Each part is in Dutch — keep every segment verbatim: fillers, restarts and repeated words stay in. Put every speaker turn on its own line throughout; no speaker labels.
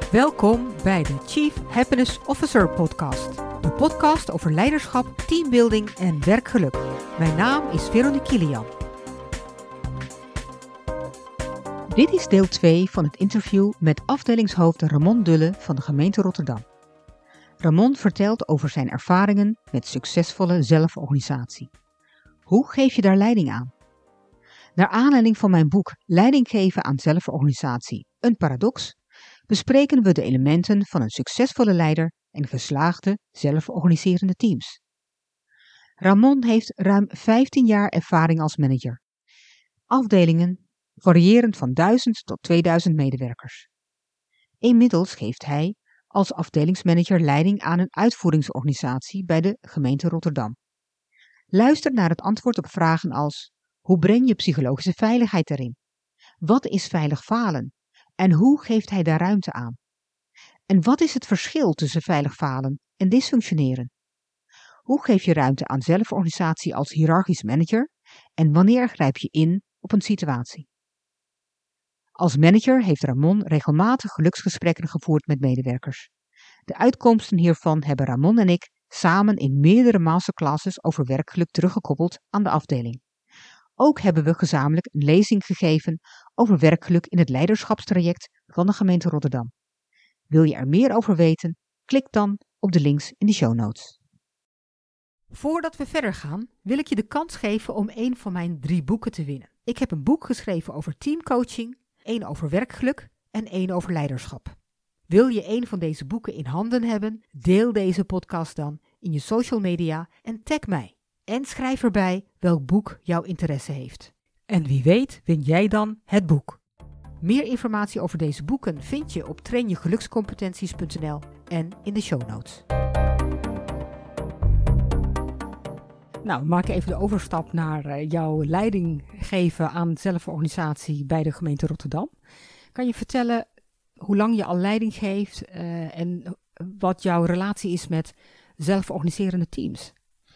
Welkom bij de Chief Happiness Officer podcast. De podcast over leiderschap, teambuilding en werkgeluk. Mijn naam is Veronique Kilian. Dit is deel twee van het interview met afdelingshoofd Ramon Dulle van de gemeente Rotterdam. Ramon vertelt over zijn ervaringen met succesvolle zelforganisatie. Hoe geef je daar leiding aan? Naar aanleiding van mijn boek Leiding geven aan zelforganisatie, een paradox, bespreken we de elementen van een succesvolle leider en geslaagde zelforganiserende teams. Ramon heeft ruim vijftien jaar ervaring als manager. Afdelingen variërend van duizend tot tweeduizend medewerkers. Inmiddels geeft hij als afdelingsmanager leiding aan een uitvoeringsorganisatie bij de gemeente Rotterdam. Luister naar het antwoord op vragen als: hoe breng je psychologische veiligheid erin? Wat is veilig falen? En hoe geeft hij daar ruimte aan? En wat is het verschil tussen veilig falen en dysfunctioneren? Hoe geef je ruimte aan zelforganisatie als hiërarchisch manager? En wanneer grijp je in op een situatie? Als manager heeft Ramon regelmatig geluksgesprekken gevoerd met medewerkers. De uitkomsten hiervan hebben Ramon en ik samen in meerdere masterclasses over werkgeluk teruggekoppeld aan de afdeling. Ook hebben we gezamenlijk een lezing gegeven over werkgeluk in het leiderschapstraject van de gemeente Rotterdam. Wil je er meer over weten? Klik dan op de links in de show notes. Voordat we verder gaan, wil ik je de kans geven om een van mijn drie boeken te winnen. Ik heb een boek geschreven over teamcoaching, één over werkgeluk en één over leiderschap. Wil je een van deze boeken in handen hebben? Deel deze podcast dan in je social media en tag mij. En schrijf erbij welk boek jouw interesse heeft. En wie weet win jij dan het boek. Meer informatie over deze boeken vind je op train je gelukscompetenties punt n l en in de show notes. Nou, we maken even de overstap naar uh, jouw leiding geven aan zelforganisatie bij de gemeente Rotterdam. Kan je vertellen hoe lang je al leiding geeft uh, en wat jouw relatie is met zelforganiserende teams?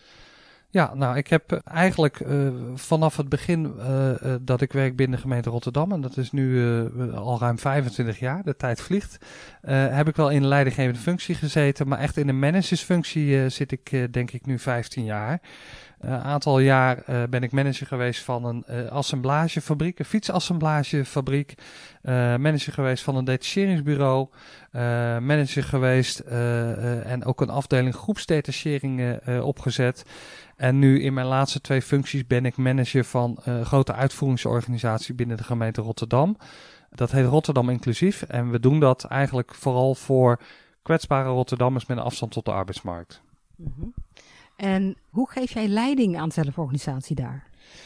Ja, nou, ik heb eigenlijk uh, vanaf het begin uh, uh, dat ik werk binnen de gemeente Rotterdam, en dat is nu uh, al ruim vijfentwintig jaar, de tijd vliegt, uh, heb ik wel in een leidinggevende functie gezeten, maar echt in een managersfunctie uh, zit ik uh, denk ik nu vijftien jaar. Een uh, aantal jaar uh, ben ik manager geweest van een uh, assemblagefabriek, een fietsassemblagefabriek, uh, manager geweest van een detacheringsbureau, uh, manager geweest uh, uh, en ook een afdeling groepsdetachering uh, uh, opgezet. En nu in mijn laatste twee functies ben ik manager van uh, een grote uitvoeringsorganisatie binnen de gemeente Rotterdam. Dat heet Rotterdam Inclusief en we doen dat eigenlijk vooral voor kwetsbare Rotterdammers met een afstand tot de arbeidsmarkt.
Mm-hmm. En hoe geef jij leiding aan zelforganisatie daar?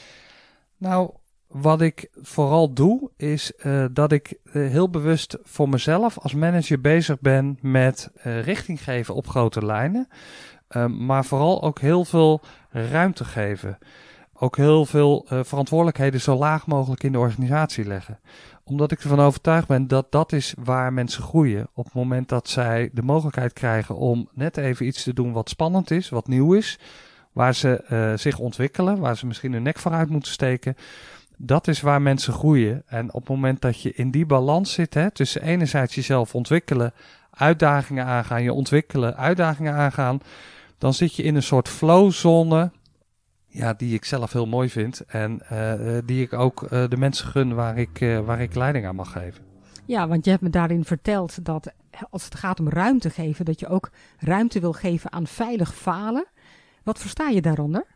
Nou, wat ik vooral doe is uh, dat ik uh, heel bewust voor mezelf als manager bezig ben met uh, richting geven op grote lijnen. Uh, maar vooral ook heel veel ruimte geven. Ook heel veel uh, verantwoordelijkheden zo laag mogelijk in de organisatie leggen. Omdat ik ervan overtuigd ben dat dat is waar mensen groeien. Op het moment dat zij de mogelijkheid krijgen om net even iets te doen wat spannend is, wat nieuw is. Waar ze uh, zich ontwikkelen, waar ze misschien hun nek vooruit moeten steken. Dat is waar mensen groeien. En op het moment dat je in die balans zit, hè, tussen enerzijds jezelf ontwikkelen, uitdagingen aangaan, je ontwikkelen, uitdagingen aangaan, dan zit je in een soort flowzone, ja, die ik zelf heel mooi vind en uh, die ik ook uh, de mensen gun waar ik, uh, waar ik leiding aan mag geven.
Ja, want je hebt me daarin verteld dat als het gaat om ruimte geven, dat je ook ruimte wil geven aan veilig falen. Wat versta je daaronder?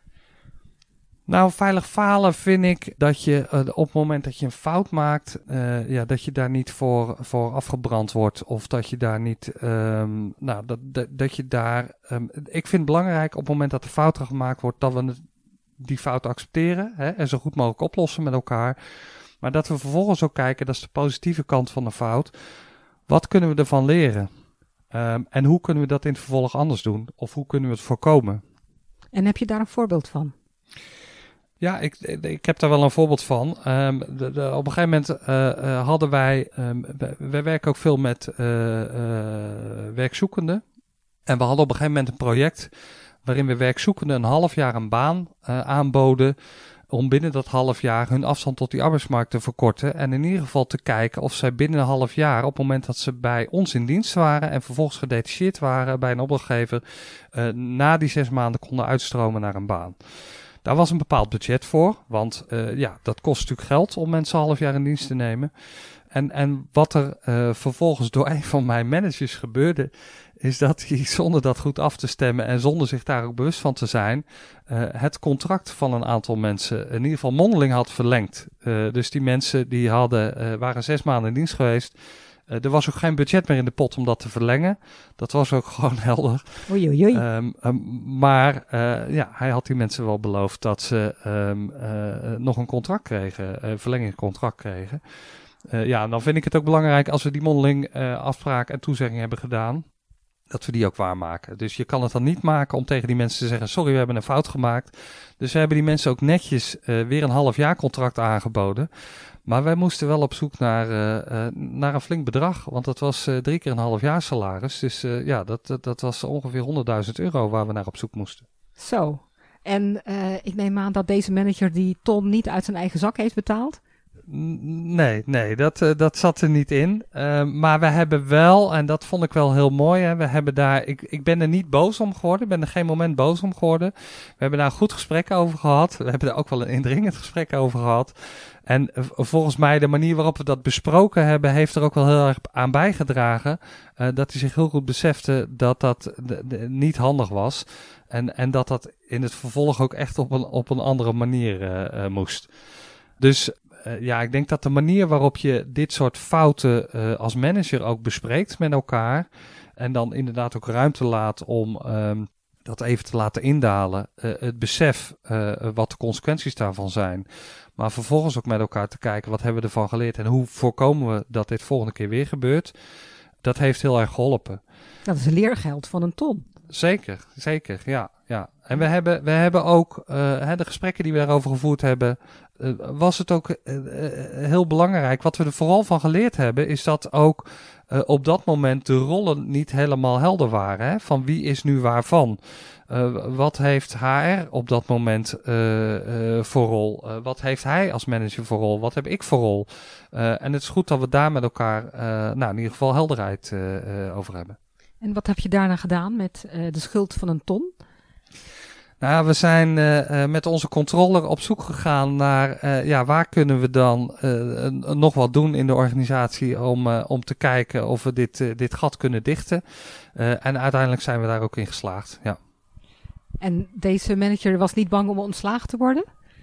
Nou, veilig falen vind ik dat je uh, op het moment dat je een fout maakt, uh, ja, dat je daar niet voor, voor afgebrand wordt. Of dat je daar niet, um, nou, dat, dat, dat je daar, um, ik vind het belangrijk op het moment dat er fout gemaakt wordt, dat we die fout accepteren, hè, en zo goed mogelijk oplossen met elkaar. Maar dat we vervolgens ook kijken, dat is de positieve kant van de fout. Wat kunnen we ervan leren? Um, en hoe kunnen we dat in het vervolg anders doen? Of hoe kunnen we het voorkomen?
En heb je daar een voorbeeld van?
Ja, ik, ik heb daar wel een voorbeeld van. Um, de, de, op een gegeven moment uh, uh, hadden wij, um, wij werken ook veel met uh, uh, werkzoekenden. En we hadden op een gegeven moment een project waarin we werkzoekenden een half jaar een baan uh, aanboden. om binnen dat half jaar hun afstand tot die arbeidsmarkt te verkorten. En in ieder geval te kijken of zij binnen een half jaar, op het moment dat ze bij ons in dienst waren en vervolgens gedetacheerd waren bij een opdrachtgever, uh, na die zes maanden konden uitstromen naar een baan. Daar was een bepaald budget voor, want uh, ja, dat kost natuurlijk geld om mensen een half jaar in dienst te nemen. En, en wat er uh, vervolgens door een van mijn managers gebeurde, is dat hij zonder dat goed af te stemmen en zonder zich daar ook bewust van te zijn, uh, het contract van een aantal mensen in ieder geval mondeling had verlengd. Uh, dus die mensen die hadden, uh, waren zes maanden in dienst geweest. Uh, er was ook geen budget meer in de pot om dat te verlengen. Dat was ook gewoon helder.
Oei, oei, oei.
Um, um, maar uh, ja, hij had die mensen wel beloofd dat ze um, uh, nog een contract kregen, een uh, verlengingscontract kregen. Uh, ja, dan vind ik het ook belangrijk als we die mondeling uh, afspraak en toezegging hebben gedaan, dat we die ook waarmaken. Dus je kan het dan niet maken om tegen die mensen te zeggen, sorry, we hebben een fout gemaakt. Dus we hebben die mensen ook netjes uh, weer een half jaar contract aangeboden. Maar wij moesten wel op zoek naar, uh, uh, naar een flink bedrag, want dat was uh, drie keer een half jaar salaris. Dus uh, ja, dat, dat, dat was ongeveer honderdduizend euro waar we naar op zoek moesten.
Zo, en uh, ik neem aan dat deze manager die ton niet uit zijn eigen zak heeft betaald?
Nee, nee, dat, uh, dat zat er niet in. Uh, maar we hebben wel, en dat vond ik wel heel mooi, hè, we hebben daar, ik, ik ben er niet boos om geworden, ik ben er geen moment boos om geworden. We hebben daar een goed gesprek over gehad, we hebben daar ook wel een indringend gesprek over gehad. En uh, volgens mij de manier waarop we dat besproken hebben, heeft er ook wel heel erg aan bijgedragen, uh, dat hij zich heel goed besefte dat dat de, de, niet handig was. En, en dat dat in het vervolg ook echt op een, op een andere manier uh, uh, moest. Dus Uh, ja, ik denk dat de manier waarop je dit soort fouten uh, als manager ook bespreekt met elkaar en dan inderdaad ook ruimte laat om um, dat even te laten indalen, uh, het besef uh, wat de consequenties daarvan zijn, maar vervolgens ook met elkaar te kijken wat hebben we ervan geleerd en hoe voorkomen we dat dit volgende keer weer gebeurt, dat heeft heel erg geholpen.
Dat is leergeld van een ton.
Zeker, zeker, ja. ja. En we hebben, we hebben ook, uh, hè, de gesprekken die we daarover gevoerd hebben, uh, was het ook uh, uh, heel belangrijk. Wat we er vooral van geleerd hebben, is dat ook uh, op dat moment de rollen niet helemaal helder waren. Hè? Van wie is nu waarvan? Uh, wat heeft H R op dat moment uh, uh, voor rol? Uh, wat heeft hij als manager voor rol? Wat heb ik voor rol? Uh, en het is goed dat we daar met elkaar uh, nou, in ieder geval helderheid uh, uh, over hebben.
En wat heb je daarna gedaan met uh, de schuld van een ton?
Nou, we zijn uh, met onze controller op zoek gegaan naar uh, ja, waar kunnen we dan uh, nog wat doen in de organisatie om, uh, om te kijken of we dit, uh, dit gat kunnen dichten. Uh, en uiteindelijk zijn we daar ook in geslaagd, ja.
En deze manager was niet bang om ontslagen te worden?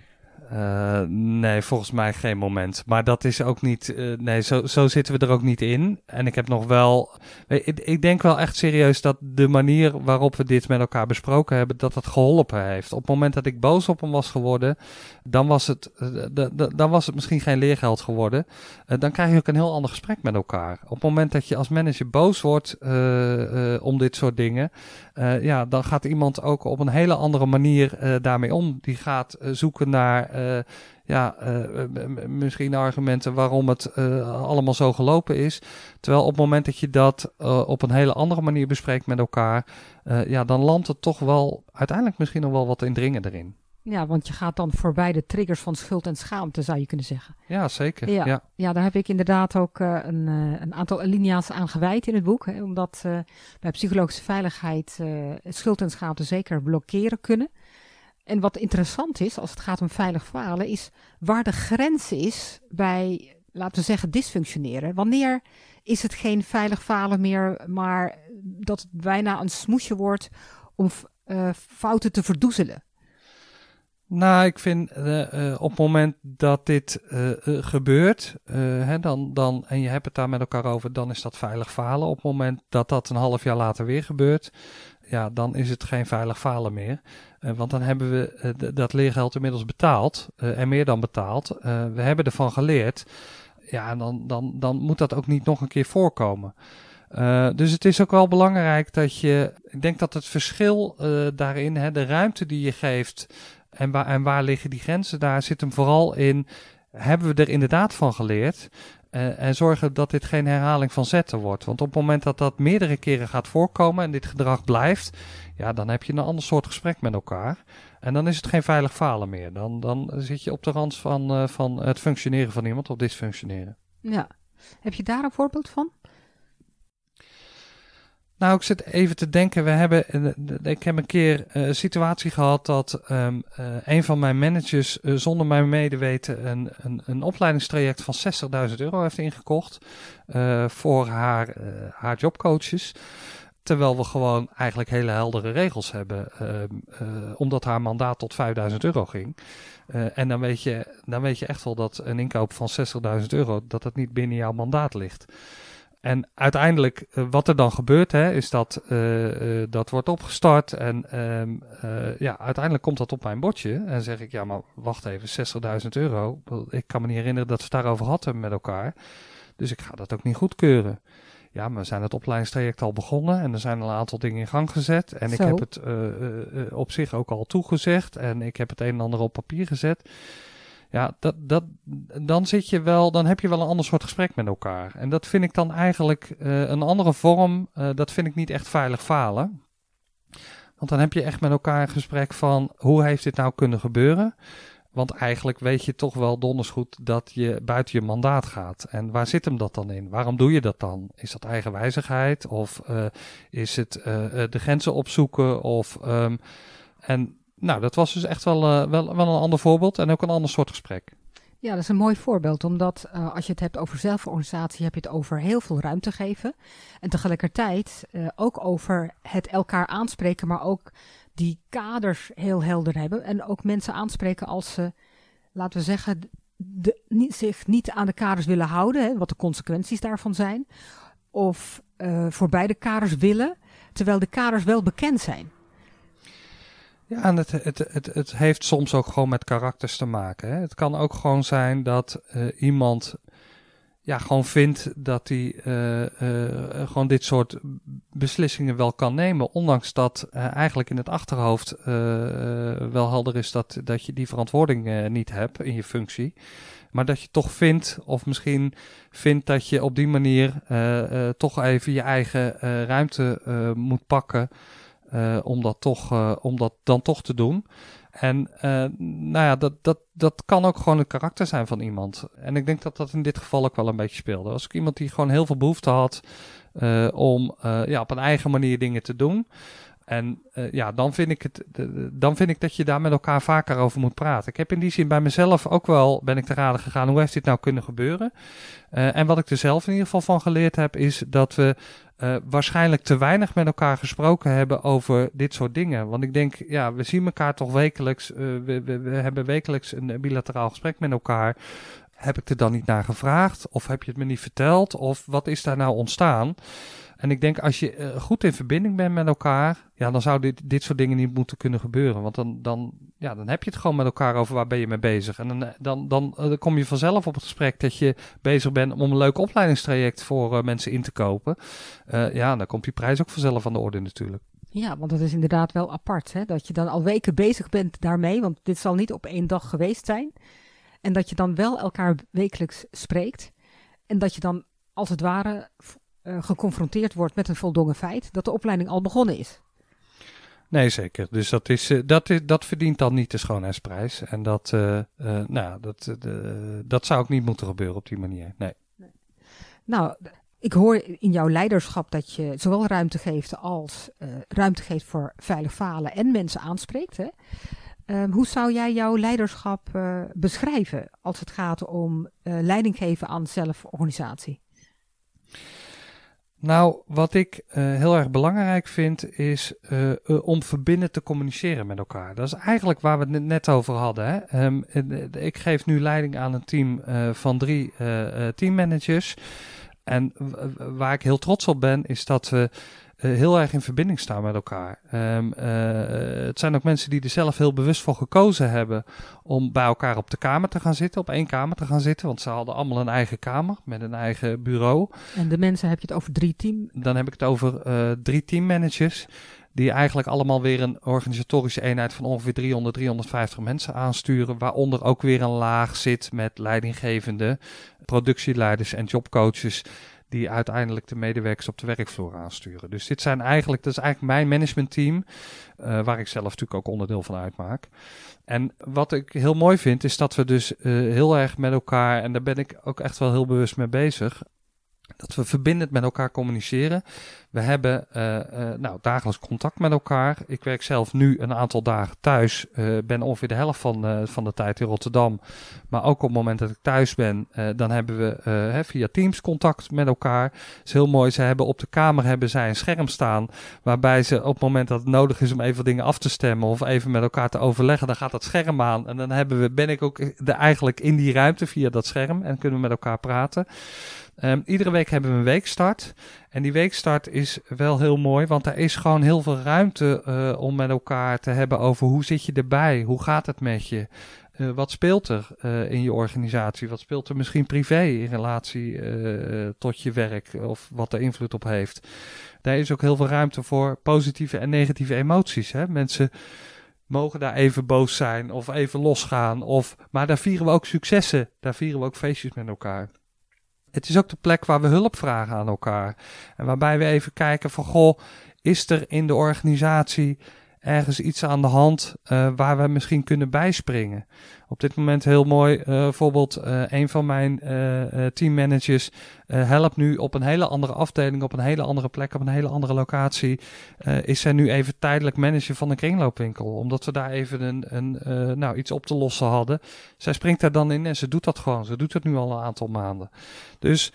Uh, nee, volgens mij geen moment. Maar dat is ook niet... Uh, nee, zo, zo zitten we er ook niet in. En ik heb nog wel... Ik, ik denk wel echt serieus dat de manier waarop we dit met elkaar besproken hebben, dat dat geholpen heeft. Op het moment dat ik boos op hem was geworden, dan was het, uh, d- d- dan was het misschien geen leergeld geworden. Uh, dan krijg je ook een heel ander gesprek met elkaar. Op het moment dat je als manager boos wordt uh, uh, om dit soort dingen, uh, ja, dan gaat iemand ook op een hele andere manier uh, daarmee om. Die gaat uh, zoeken naar... Uh, ja, uh, m- misschien argumenten waarom het uh, allemaal zo gelopen is. Terwijl op het moment dat je dat uh, op een hele andere manier bespreekt met elkaar, uh, ja, dan landt het toch wel uiteindelijk misschien nog wel wat indringender in.
Ja, want je gaat dan voorbij de triggers van schuld en schaamte, zou je kunnen zeggen.
Ja, zeker.
Ja,
ja.
ja daar heb ik inderdaad ook uh, een, uh, een aantal alinea's aan gewijd in het boek. Hè, omdat uh, bij psychologische veiligheid uh, schuld en schaamte zeker blokkeren kunnen. En wat interessant is, als het gaat om veilig falen, is waar de grens is bij, laten we zeggen, dysfunctioneren. Wanneer is het geen veilig falen meer, maar dat het bijna een smoesje wordt om uh, fouten te verdoezelen?
Nou, ik vind uh, uh, op het moment dat dit uh, uh, gebeurt, uh, hè, dan, dan, en je hebt het daar met elkaar over, dan is dat veilig falen. Op het moment dat dat een half jaar later weer gebeurt, ja, dan is het geen veilig falen meer. Uh, want dan hebben we uh, d- dat leergeld inmiddels betaald uh, en meer dan betaald. Uh, we hebben ervan geleerd. Ja, en dan, dan, dan moet dat ook niet nog een keer voorkomen. Uh, dus het is ook wel belangrijk dat je, ik denk dat het verschil uh, daarin, hè, de ruimte die je geeft en waar, en waar liggen die grenzen, daar zit hem vooral in, hebben we er inderdaad van geleerd? Uh, en zorgen dat dit geen herhaling van zetten wordt. Want op het moment dat dat meerdere keren gaat voorkomen en dit gedrag blijft, ja, dan heb je een ander soort gesprek met elkaar. En dan is het geen veilig falen meer. Dan, dan zit je op de rand van, uh, van het functioneren van iemand of dysfunctioneren.
Ja. Heb je daar een voorbeeld van?
Nou, ik zit even te denken. We hebben, ik heb een keer een situatie gehad dat um, uh, een van mijn managers uh, zonder mijn medeweten een, een, een opleidingstraject van zestigduizend euro heeft ingekocht uh, voor haar, uh, haar jobcoaches. Terwijl we gewoon eigenlijk hele heldere regels hebben, uh, uh, omdat haar mandaat tot vijfduizend euro ging. Uh, en dan weet, je, dan weet je echt wel dat een inkoop van zestigduizend euro, dat dat niet binnen jouw mandaat ligt. En uiteindelijk, uh, wat er dan gebeurt, hè, is dat uh, uh, dat wordt opgestart en um, uh, ja, uiteindelijk komt dat op mijn bordje. En zeg ik, ja, maar wacht even, zestigduizend euro. Ik kan me niet herinneren dat we het daarover hadden met elkaar. Dus ik ga dat ook niet goedkeuren. Ja, maar we zijn het opleidingstraject al begonnen en er zijn al een aantal dingen in gang gezet. En Zo. ik heb het uh, uh, op zich ook al toegezegd en ik heb het een en ander op papier gezet. Ja, dat, dat, dan zit je wel, dan heb je wel een ander soort gesprek met elkaar. En dat vind ik dan eigenlijk uh, een andere vorm, uh, dat vind ik niet echt veilig falen. Want dan heb je echt met elkaar een gesprek van, hoe heeft dit nou kunnen gebeuren? Want eigenlijk weet je toch wel donders goed dat je buiten je mandaat gaat. En waar zit hem dat dan in? Waarom doe je dat dan? Is dat eigenwijzigheid? Of uh, is het uh, de grenzen opzoeken? Of, um, en nou, dat was dus echt wel, uh, wel, wel een ander voorbeeld en ook een ander soort gesprek.
Ja, dat is een mooi voorbeeld, omdat uh, als je het hebt over zelforganisatie, heb je het over heel veel ruimte geven. En tegelijkertijd uh, ook over het elkaar aanspreken, maar ook die kaders heel helder hebben. En ook mensen aanspreken als ze, laten we zeggen, de, niet, zich niet aan de kaders willen houden, hè, wat de consequenties daarvan zijn. Of uh, voorbij de kaders willen, terwijl de kaders wel bekend zijn.
Ja, en het, het, het, het heeft soms ook gewoon met karakters te maken. Hè. Het kan ook gewoon zijn dat uh, iemand ja, gewoon vindt dat hij uh, uh, gewoon dit soort beslissingen wel kan nemen. Ondanks dat uh, eigenlijk in het achterhoofd uh, uh, wel helder is dat, dat je die verantwoording uh, niet hebt in je functie. Maar dat je toch vindt, of misschien vindt dat je op die manier uh, uh, toch even je eigen uh, ruimte uh, moet pakken. Uh, om, dat toch, uh, om dat dan toch te doen. En uh, nou ja, dat, dat, dat kan ook gewoon een karakter zijn van iemand. En ik denk dat dat in dit geval ook wel een beetje speelde. Als ik iemand die gewoon heel veel behoefte had uh, om uh, ja, op een eigen manier dingen te doen. En uh, ja, dan vind, ik het, uh, dan vind ik dat je daar met elkaar vaker over moet praten. Ik heb in die zin bij mezelf ook wel, ben ik te raden gegaan, hoe heeft dit nou kunnen gebeuren? Uh, en wat ik er zelf in ieder geval van geleerd heb, is dat we uh, waarschijnlijk te weinig met elkaar gesproken hebben over dit soort dingen. Want ik denk, ja, we zien elkaar toch wekelijks, uh, we, we, we hebben wekelijks een bilateraal gesprek met elkaar. Heb ik er dan niet naar gevraagd? Of heb je het me niet verteld? Of wat is daar nou ontstaan? En ik denk, als je uh, goed in verbinding bent met elkaar, ja, dan zou dit, dit soort dingen niet moeten kunnen gebeuren. Want dan, dan, ja, dan heb je het gewoon met elkaar over waar ben je mee bezig. En dan, dan, dan, uh, dan kom je vanzelf op het gesprek dat je bezig bent om een leuk opleidingstraject voor uh, mensen in te kopen. Uh, ja, dan komt die prijs ook vanzelf aan de orde natuurlijk.
Ja, want dat is inderdaad wel apart, hè? Dat je dan al weken bezig bent daarmee, want dit zal niet op één dag geweest zijn. En dat je dan wel elkaar wekelijks spreekt. En dat je dan, als het ware, uh, geconfronteerd wordt met een voldongen feit dat de opleiding al begonnen is.
Nee, zeker. Dus dat, is, uh, dat, is, dat verdient dan niet de schoonheidsprijs. En dat, uh, uh, nou, dat, uh, dat zou ook niet moeten gebeuren op die manier. Nee.
nee. Nou, ik hoor in jouw leiderschap dat je zowel ruimte geeft als uh, ruimte geeft voor veilig falen en mensen aanspreekt, hè? Um, hoe zou jij jouw leiderschap uh, beschrijven als het gaat om uh, leiding geven aan zelforganisatie?
Nou, wat ik uh, heel erg belangrijk vind is uh, uh, om verbindend te communiceren met elkaar. Dat is eigenlijk waar we het net over hadden. Hè? Um, ik geef nu leiding aan een team uh, van drie uh, uh, teammanagers. En w- waar ik heel trots op ben is dat we Uh, heel erg in verbinding staan met elkaar. Um, uh, het zijn ook mensen die er zelf heel bewust voor gekozen hebben om bij elkaar op de kamer te gaan zitten, op één kamer te gaan zitten, want ze hadden allemaal een eigen kamer met een eigen bureau.
En de mensen heb je het over drie team?
Dan heb ik het over uh, drie teammanagers die eigenlijk allemaal weer een organisatorische eenheid van ongeveer driehonderd, driehonderdvijftig mensen aansturen, waaronder ook weer een laag zit met leidinggevende, productieleiders en jobcoaches die uiteindelijk de medewerkers op de werkvloer aansturen. Dus dit zijn eigenlijk, dat is eigenlijk mijn managementteam, uh, waar ik zelf natuurlijk ook onderdeel van uitmaak. En wat ik heel mooi vind, is dat we dus uh, heel erg met elkaar, en daar ben ik ook echt wel heel bewust mee bezig, dat we verbindend met elkaar communiceren. We hebben uh, uh, nou, dagelijks contact met elkaar. Ik werk zelf nu een aantal dagen thuis. Uh, ben ongeveer de helft van, uh, van de tijd in Rotterdam. Maar ook op het moment dat ik thuis ben, uh, dan hebben we uh, hè, via Teams contact met elkaar. Dat is heel mooi. Ze hebben op de kamer hebben zij een scherm staan, waarbij ze op het moment dat het nodig is om even dingen af te stemmen of even met elkaar te overleggen, dan gaat dat scherm aan. En dan hebben we, ben ik ook de, eigenlijk in die ruimte via dat scherm en kunnen we met elkaar praten. Um, iedere week hebben we een weekstart. En die weekstart is wel heel mooi, want er is gewoon heel veel ruimte uh, om met elkaar te hebben over hoe zit je erbij, hoe gaat het met je, uh, wat speelt er uh, in je organisatie, wat speelt er misschien privé in relatie uh, tot je werk of wat er invloed op heeft. Daar is ook heel veel ruimte voor positieve en negatieve emoties. Hè? Mensen mogen daar even boos zijn of even losgaan, of, maar daar vieren we ook successen, daar vieren we ook feestjes met elkaar. Het is ook de plek waar we hulp vragen aan elkaar. En waarbij we even kijken van, goh, is er in de organisatie ergens iets aan de hand uh, waar we misschien kunnen bijspringen? Op dit moment heel mooi, uh, bijvoorbeeld uh, een van mijn uh, uh, teammanagers uh, helpt nu op een hele andere afdeling, op een hele andere plek, op een hele andere locatie. Uh, is zij nu even tijdelijk manager van een kringloopwinkel, omdat we daar even een, een, uh, nou, iets op te lossen hadden. Zij springt daar dan in en ze doet dat gewoon. Ze doet het nu al een aantal maanden. Dus,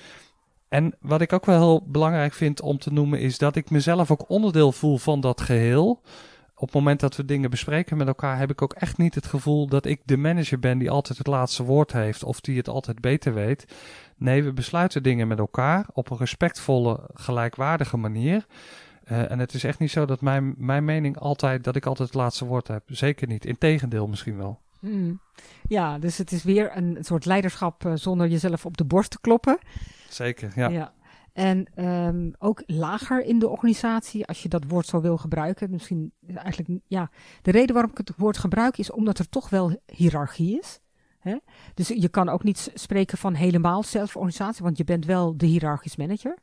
en wat ik ook wel heel belangrijk vind om te noemen, is dat ik mezelf ook onderdeel voel van dat geheel. Op het moment dat we dingen bespreken met elkaar, heb ik ook echt niet het gevoel dat ik de manager ben die altijd het laatste woord heeft of die het altijd beter weet. Nee, we besluiten dingen met elkaar op een respectvolle, gelijkwaardige manier. Uh, en het is echt niet zo dat mijn, mijn mening altijd, dat ik altijd het laatste woord heb. Zeker niet. Integendeel misschien wel.
Hmm. Ja, dus het is weer een soort leiderschap uh, zonder jezelf op de borst te kloppen.
Zeker, ja.
ja. En um, ook lager in de organisatie, als je dat woord zo wil gebruiken. Misschien eigenlijk, ja, de reden waarom ik het woord gebruik is omdat er toch wel hiërarchie is. Hè? Dus je kan ook niet spreken van helemaal zelforganisatie, want je bent wel de hiërarchisch manager.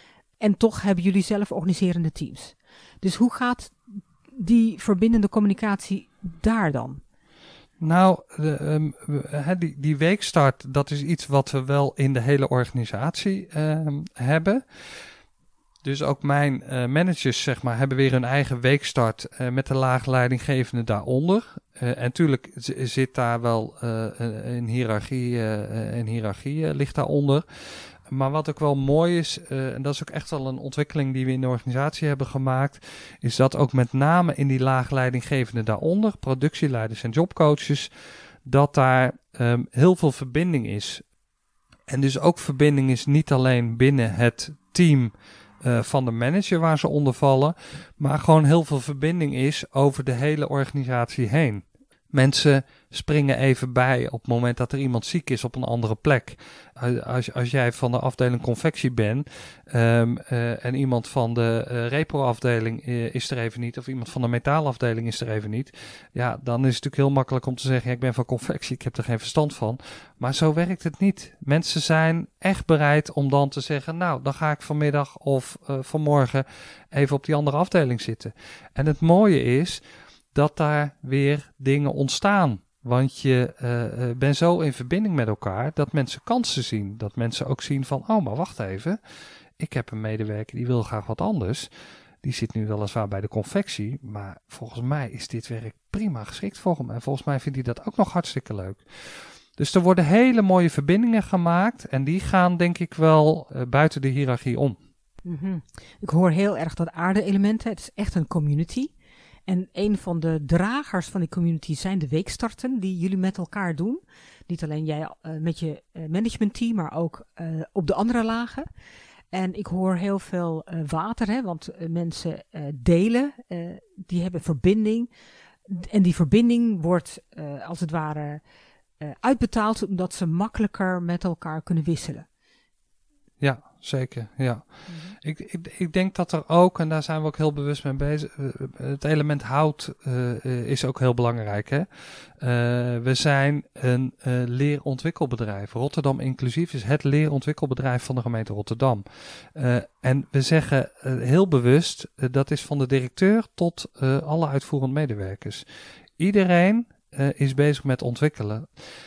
En toch hebben jullie zelf organiserende teams. Dus hoe gaat die verbindende communicatie daar dan?
Nou, de, um, he, die, die weekstart, dat is iets wat we wel in de hele organisatie um, hebben. Dus ook mijn uh, managers, zeg maar, hebben weer hun eigen weekstart uh, met de lage leidinggevende daaronder. Uh, en natuurlijk z- zit daar wel uh, een hiërarchie, uh, een hiërarchie uh, ligt daaronder. Maar wat ook wel mooi is, uh, en dat is ook echt wel een ontwikkeling die we in de organisatie hebben gemaakt, is dat ook met name in die laagleidinggevenden daaronder, productieleiders en jobcoaches, dat daar um, heel veel verbinding is. En dus ook verbinding is niet alleen binnen het team uh, van de manager waar ze onder vallen, maar gewoon heel veel verbinding is over de hele organisatie heen. Mensen springen even bij op het moment dat er iemand ziek is op een andere plek. Als, als jij van de afdeling confectie bent um, uh, en iemand van de uh, repro-afdeling uh, is er even niet, of iemand van de metaalafdeling is er even niet, ja, dan is het natuurlijk heel makkelijk om te zeggen, ja, ik ben van confectie, ik heb er geen verstand van. Maar zo werkt het niet. Mensen zijn echt bereid om dan te zeggen, nou, dan ga ik vanmiddag of uh, vanmorgen even op die andere afdeling zitten. En het mooie is dat daar weer dingen ontstaan. Want je uh, uh, bent zo in verbinding met elkaar dat mensen kansen zien. Dat mensen ook zien van, oh, maar wacht even. Ik heb een medewerker die wil graag wat anders. Die zit nu weliswaar bij de confectie. Maar volgens mij is dit werk prima geschikt voor hem. En volgens mij vindt hij dat ook nog hartstikke leuk. Dus er worden hele mooie verbindingen gemaakt. En die gaan denk ik wel uh, buiten de hiërarchie om.
Mm-hmm. Ik hoor heel erg dat aarde-elementen. Het is echt een community. En een van de dragers van die community zijn de weekstarten die jullie met elkaar doen. Niet alleen jij uh, met je uh, managementteam, maar ook uh, op de andere lagen. En ik hoor heel veel uh, water, hè, want uh, mensen uh, delen, uh, die hebben verbinding. En die verbinding wordt uh, als het ware uh, uitbetaald omdat ze makkelijker met elkaar kunnen wisselen.
Ja, zeker. Ja. Mm-hmm. Ik, ik, ik denk dat er ook, en daar zijn we ook heel bewust mee bezig, uh, het element hout uh, uh, is ook heel belangrijk. Hè? Uh, we zijn een uh, leerontwikkelbedrijf. Rotterdam Inclusief is het leerontwikkelbedrijf van de gemeente Rotterdam. Uh, en we zeggen uh, heel bewust, uh, dat is van de directeur tot uh, alle uitvoerend medewerkers. Iedereen uh, is bezig met ontwikkelen.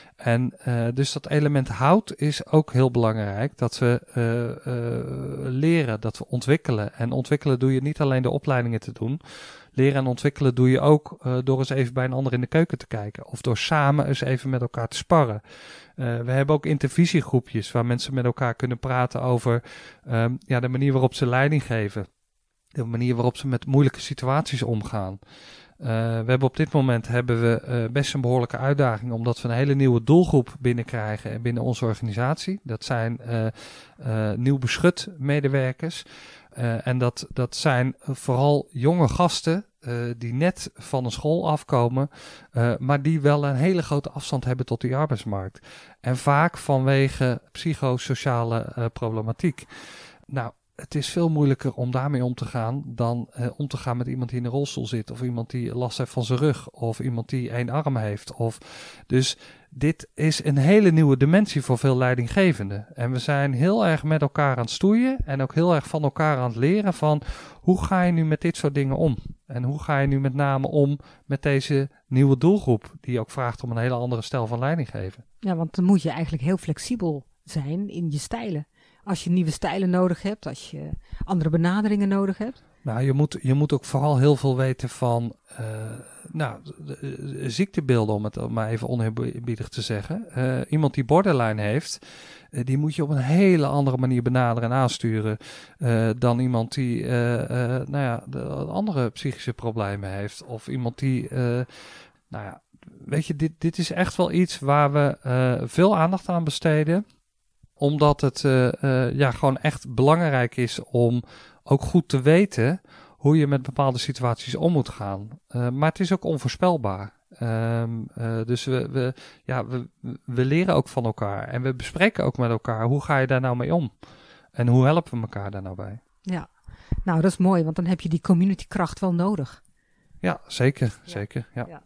En uh, dus dat element hout is ook heel belangrijk. Dat we uh, uh, leren, dat we ontwikkelen. En ontwikkelen doe je niet alleen door opleidingen te doen. Leren en ontwikkelen doe je ook uh, door eens even bij een ander in de keuken te kijken. Of door samen eens even met elkaar te sparren. Uh, we hebben ook intervisiegroepjes waar mensen met elkaar kunnen praten over um, ja, de manier waarop ze leiding geven. De manier waarop ze met moeilijke situaties omgaan. Uh, we hebben op dit moment hebben we uh, best een behoorlijke uitdaging, omdat we een hele nieuwe doelgroep binnenkrijgen binnen onze organisatie. Dat zijn uh, uh, nieuw beschut medewerkers. Uh, en dat, dat zijn vooral jonge gasten uh, die net van een school afkomen, uh, maar die wel een hele grote afstand hebben tot die arbeidsmarkt. En vaak vanwege psychosociale uh, problematiek. Nou, het is veel moeilijker om daarmee om te gaan dan uh, om te gaan met iemand die in een rolstoel zit. Of iemand die last heeft van zijn rug. Of iemand die één arm heeft. Of, dus dit is een hele nieuwe dimensie voor veel leidinggevenden. En we zijn heel erg met elkaar aan het stoeien. En ook heel erg van elkaar aan het leren van hoe ga je nu met dit soort dingen om? En hoe ga je nu met name om met deze nieuwe doelgroep. Die ook vraagt om een hele andere stijl van leiding geven.
Ja, want dan moet je eigenlijk heel flexibel zijn in je stijlen. Als je nieuwe stijlen nodig hebt, als je andere benaderingen nodig hebt.
Nou, je moet, je moet ook vooral heel veel weten van uh, nou, de, de ziektebeelden, om het maar even oneerbiedig te zeggen. Uh, iemand die borderline heeft, uh, die moet je op een hele andere manier benaderen en aansturen uh, dan iemand die uh, uh, nou ja, de andere psychische problemen heeft. Of iemand die, uh, nou ja, weet je, dit, dit is echt wel iets waar we uh, veel aandacht aan besteden. Omdat het uh, uh, ja, gewoon echt belangrijk is om ook goed te weten hoe je met bepaalde situaties om moet gaan. Uh, maar het is ook onvoorspelbaar. Um, uh, dus we, we, ja, we, we leren ook van elkaar. En we bespreken ook met elkaar, hoe ga je daar nou mee om? En hoe helpen we elkaar daar nou bij?
Ja, nou dat is mooi, want dan heb je die communitykracht wel nodig.
Ja, zeker.
Ja.
zeker ja.
Ja.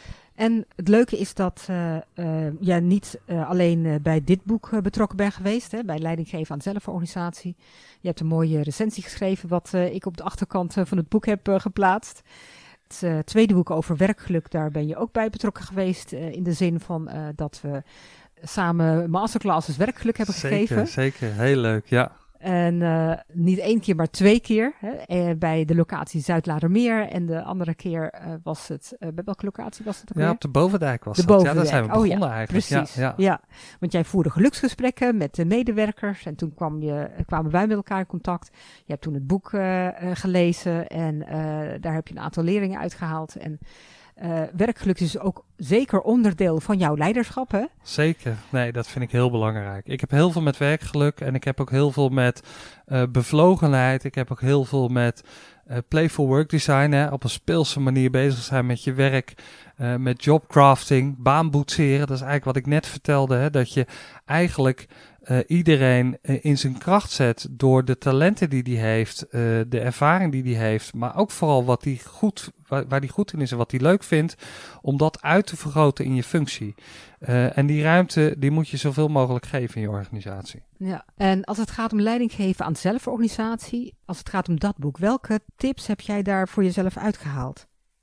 En het leuke is dat uh, uh, jij niet uh, alleen uh, bij dit boek uh, betrokken bent geweest, hè, bij Leidinggeven aan zelforganisatie. Je hebt een mooie recensie geschreven, wat uh, ik op de achterkant uh, van het boek heb uh, geplaatst. Het uh, tweede boek over werkgeluk, daar ben je ook bij betrokken geweest. Uh, in de zin van uh, dat we samen masterclasses werkgeluk hebben
zeker,
gegeven.
Zeker, heel leuk, ja.
En uh, niet één keer, maar twee keer. Hè, bij de locatie Zuidlaardermeer. En de andere keer uh, was het... Uh, bij welke locatie was het ook
Ja,
weer?
op de Bovendijk was
de
dat.
Bovendijk.
Ja, daar zijn we begonnen
oh, ja,
eigenlijk.
Precies,
ja, ja.
ja. Want jij voerde geluksgesprekken met de medewerkers. En toen kwam je, kwamen wij met elkaar in contact. Je hebt toen het boek uh, uh, gelezen. En uh, daar heb je een aantal leringen uitgehaald. En... Uh, werkgeluk is ook zeker onderdeel van jouw leiderschap, hè?
Zeker. Nee, dat vind ik heel belangrijk. Ik heb heel veel met werkgeluk en ik heb ook heel veel met uh, bevlogenheid. Ik heb ook heel veel met uh, playful work design, hè? Op een speelse manier bezig zijn met je werk, uh, met jobcrafting, baanboetseren. Dat is eigenlijk wat ik net vertelde, hè? Dat je eigenlijk uh, iedereen uh, in zijn kracht zet door de talenten die hij heeft, uh, de ervaring die hij heeft, maar ook vooral wat hij goed, waar, waar hij goed in is en wat hij leuk vindt, om dat uit te vergroten in je functie. Uh, en die ruimte, die moet je zoveel mogelijk geven in je organisatie.
Ja, en als het gaat om leiding geven aan zelforganisatie, als het gaat om dat boek, welke tips heb jij daar voor jezelf uitgehaald?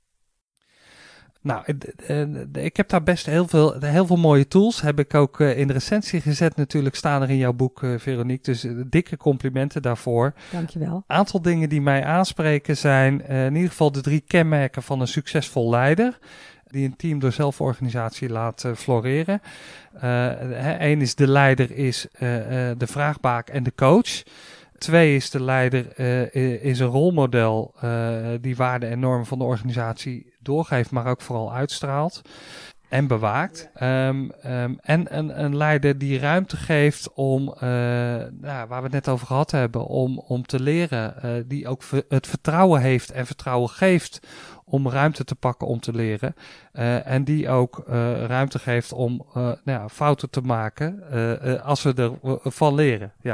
Nou, ik heb daar best heel veel, heel veel mooie tools. Heb ik ook in de recensie gezet natuurlijk, staan er in jouw boek, Veronique. Dus dikke complimenten daarvoor.
Dankjewel.
Een aantal dingen die mij aanspreken zijn uh, in ieder geval de drie kenmerken van een succesvol leider. Die een team door zelforganisatie laat uh, floreren. Eén uh, is de leider is uh, uh, de vraagbaak en de coach. Twee is de leider uh, is een rolmodel uh, die waarden en normen van de organisatie doorgeeft, maar ook vooral uitstraalt en bewaakt. Um, um, en een, een leider die ruimte geeft om, uh, nou, waar we het net over gehad hebben, om, om te leren. Uh, die ook v- het vertrouwen heeft en vertrouwen geeft om ruimte te pakken om te leren. Uh, en die ook uh, ruimte geeft om uh, nou ja, fouten te maken uh, uh, als we ervan leren. Ja.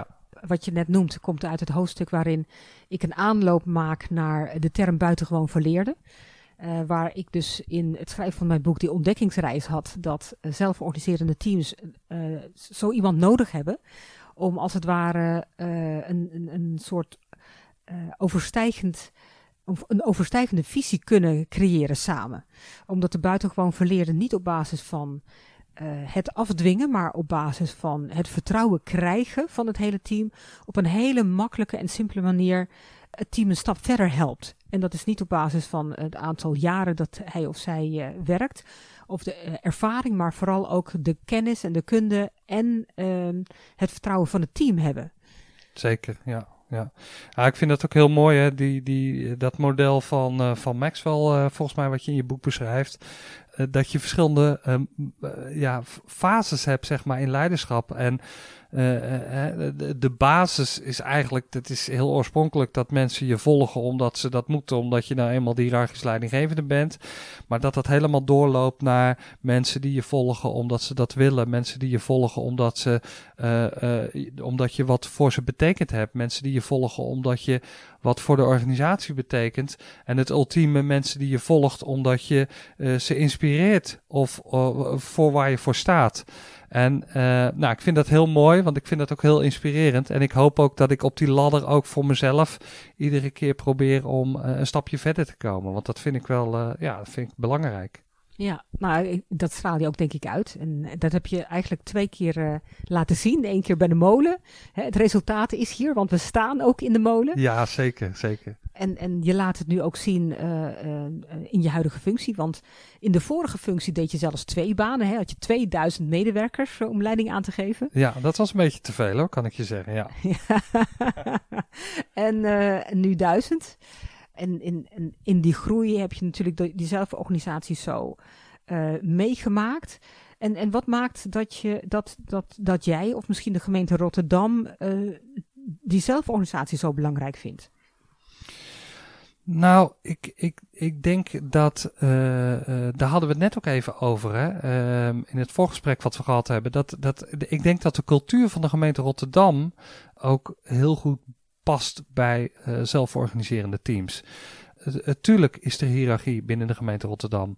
wat je net noemt, komt uit het hoofdstuk waarin ik een aanloop maak naar de term buitengewoon verleerde. Uh, waar ik dus in het schrijven van mijn boek die ontdekkingsreis had, dat uh, zelforganiserende teams uh, zo iemand nodig hebben om als het ware uh, een, een, een soort uh, overstijgend, een overstijgende visie kunnen creëren samen. Omdat de buitengewoon verleerde niet op basis van uh, het afdwingen, maar op basis van het vertrouwen krijgen van het hele team op een hele makkelijke en simpele manier het team een stap verder helpt. En dat is niet op basis van het aantal jaren dat hij of zij uh, werkt, of de uh, ervaring, maar vooral ook de kennis en de kunde en uh, het vertrouwen van het team hebben.
Zeker, ja. Ja. ja, ik vind dat ook heel mooi, hè? Die, die, dat model van, uh, van Maxwell, uh, volgens mij wat je in je boek beschrijft. Uh, dat je verschillende um, uh, ja, fases hebt, zeg maar, in leiderschap. En uh, uh, de, de basis is eigenlijk, dat is heel oorspronkelijk, dat mensen je volgen omdat ze dat moeten, omdat je nou eenmaal de hiërarchisch leidinggevende bent. Maar dat dat helemaal doorloopt naar mensen die je volgen omdat ze dat willen. Mensen die je volgen omdat, ze, uh, uh, omdat je wat voor ze betekend hebt. Mensen die je volgen omdat je wat voor de organisatie betekent. En het ultieme mensen die je volgt omdat je uh, ze inspireert of uh, voor waar je voor staat. En uh, nou, ik vind dat heel mooi, want ik vind dat ook heel inspirerend. En ik hoop ook dat ik op die ladder ook voor mezelf iedere keer probeer om uh, een stapje verder te komen. Want dat vind ik wel, uh, ja, dat vind ik belangrijk.
Ja, nou, dat straal je ook denk ik uit. En dat heb je eigenlijk twee keer uh, laten zien. Eén keer bij de molen. Hè, het resultaat is hier, want we staan ook in de molen.
Ja, zeker, zeker.
En, en je laat het nu ook zien uh, uh, in je huidige functie. Want in de vorige functie deed je zelfs twee banen. Hè? Had je tweeduizend medewerkers uh, om leiding aan te geven.
Ja, dat was een beetje te veel hoor, kan ik je zeggen. Ja.
en uh, nu duizend. En in, in, in die groei heb je natuurlijk de, die zelforganisatie zo uh, meegemaakt. En, en wat maakt dat, je, dat, dat, dat jij of misschien de gemeente Rotterdam uh, die zelforganisatie zo belangrijk vindt?
Nou, ik, ik, ik denk dat, uh, uh, daar hadden we het net ook even over, hè, uh, in het voorgesprek wat we gehad hebben. Dat, dat, ik denk dat de cultuur van de gemeente Rotterdam ook heel goed past bij uh, zelforganiserende teams. Uh, uh, tuurlijk is er hiërarchie binnen de gemeente Rotterdam.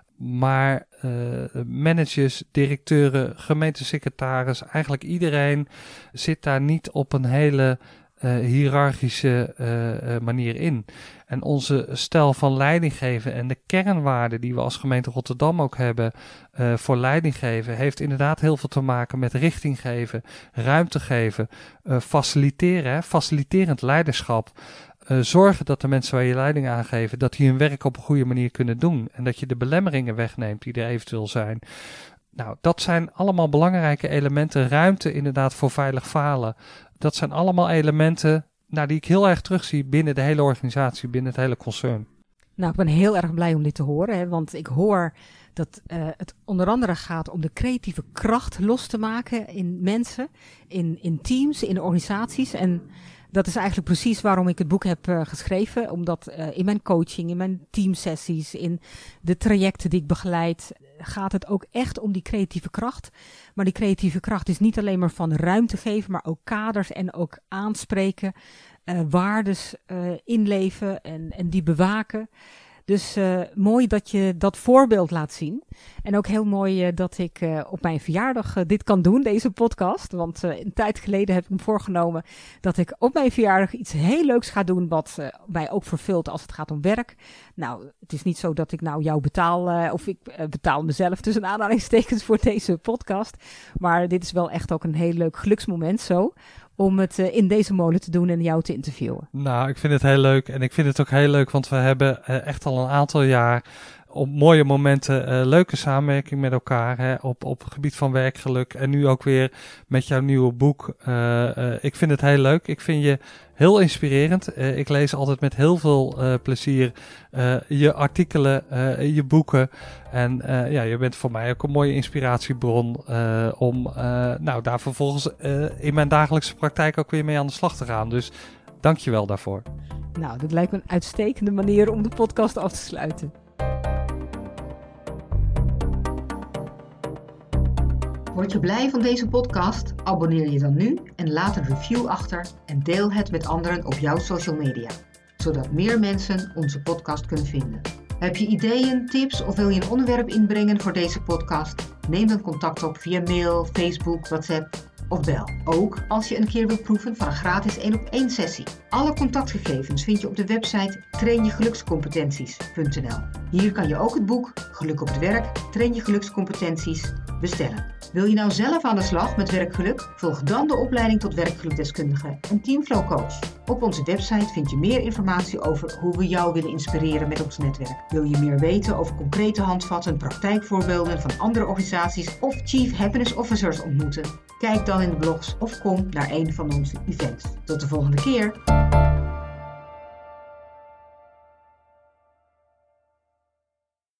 Maar uh, managers, directeuren, gemeentesecretaris, eigenlijk iedereen zit daar niet op een hele uh, hiërarchische uh, uh, manier in. En onze stijl van leidinggeven en de kernwaarden die we als gemeente Rotterdam ook hebben uh, voor leidinggeven, heeft inderdaad heel veel te maken met richting geven, ruimte geven, uh, faciliteren, hè, faciliterend leiderschap. Uh, zorgen dat de mensen waar je leiding aan geven, dat die hun werk op een goede manier kunnen doen. En dat je de belemmeringen wegneemt die er eventueel zijn. Nou, dat zijn allemaal belangrijke elementen. Ruimte inderdaad voor veilig falen. Dat zijn allemaal elementen nou, die ik heel erg terugzie binnen de hele organisatie, binnen het hele concern.
Nou, ik ben heel erg blij om dit te horen. Hè, want ik hoor dat uh, het onder andere gaat om de creatieve kracht los te maken in mensen, in, in teams, in organisaties. En dat is eigenlijk precies waarom ik het boek heb uh, geschreven. Omdat uh, in mijn coaching, in mijn teamsessies, in de trajecten die ik begeleid, gaat het ook echt om die creatieve kracht. Maar die creatieve kracht is niet alleen maar van ruimte geven, maar ook kaders en ook aanspreken, uh, waardes uh, inleven en, en die bewaken. Dus uh, mooi dat je dat voorbeeld laat zien. En ook heel mooi uh, dat ik uh, op mijn verjaardag uh, dit kan doen, deze podcast. Want uh, een tijd geleden heb ik me voorgenomen dat ik op mijn verjaardag iets heel leuks ga doen wat uh, mij ook vervult als het gaat om werk. Nou, het is niet zo dat ik nou jou betaal, uh, of ik uh, betaal mezelf tussen aanhalingstekens voor deze podcast. Maar dit is wel echt ook een heel leuk geluksmoment zo, om het uh, in deze molen te doen en jou te interviewen.
Nou, ik vind het heel leuk en ik vind het ook heel leuk, want we hebben uh, echt al een aantal jaar op mooie momenten uh, leuke samenwerking met elkaar, hè, op, op het gebied van werkgeluk en nu ook weer met jouw nieuwe boek. Uh, uh, ik vind het heel leuk. Ik vind je heel inspirerend. Uh, ik lees altijd met heel veel uh, plezier uh, je artikelen, uh, je boeken. En uh, ja, je bent voor mij ook een mooie inspiratiebron uh, om uh, nou, daar vervolgens uh, in mijn dagelijkse praktijk ook weer mee aan de slag te gaan. Dus dank je wel daarvoor.
Nou, dat lijkt me een uitstekende manier om de podcast af te sluiten. Word je blij van deze podcast? Abonneer je dan nu en laat een review achter en deel het met anderen op jouw social media, zodat meer mensen onze podcast kunnen vinden. Heb je ideeën, tips of wil je een onderwerp inbrengen voor deze podcast? Neem dan contact op via mail, Facebook, WhatsApp of bel. Ook als je een keer wilt proeven van een gratis één op één sessie. Alle contactgegevens vind je op de website train je gelukscompetenties punt n l. Hier kan je ook het boek Geluk op het werk, Train je gelukscompetenties bestellen. Wil je nou zelf aan de slag met werkgeluk? Volg dan de opleiding tot werkgelukdeskundige en Teamflow Coach. Op onze website vind je meer informatie over hoe we jou willen inspireren met ons netwerk. Wil je meer weten over concrete handvatten, praktijkvoorbeelden van andere organisaties of Chief Happiness Officers ontmoeten? Kijk dan in de blogs of kom naar een van onze events. Tot de volgende keer!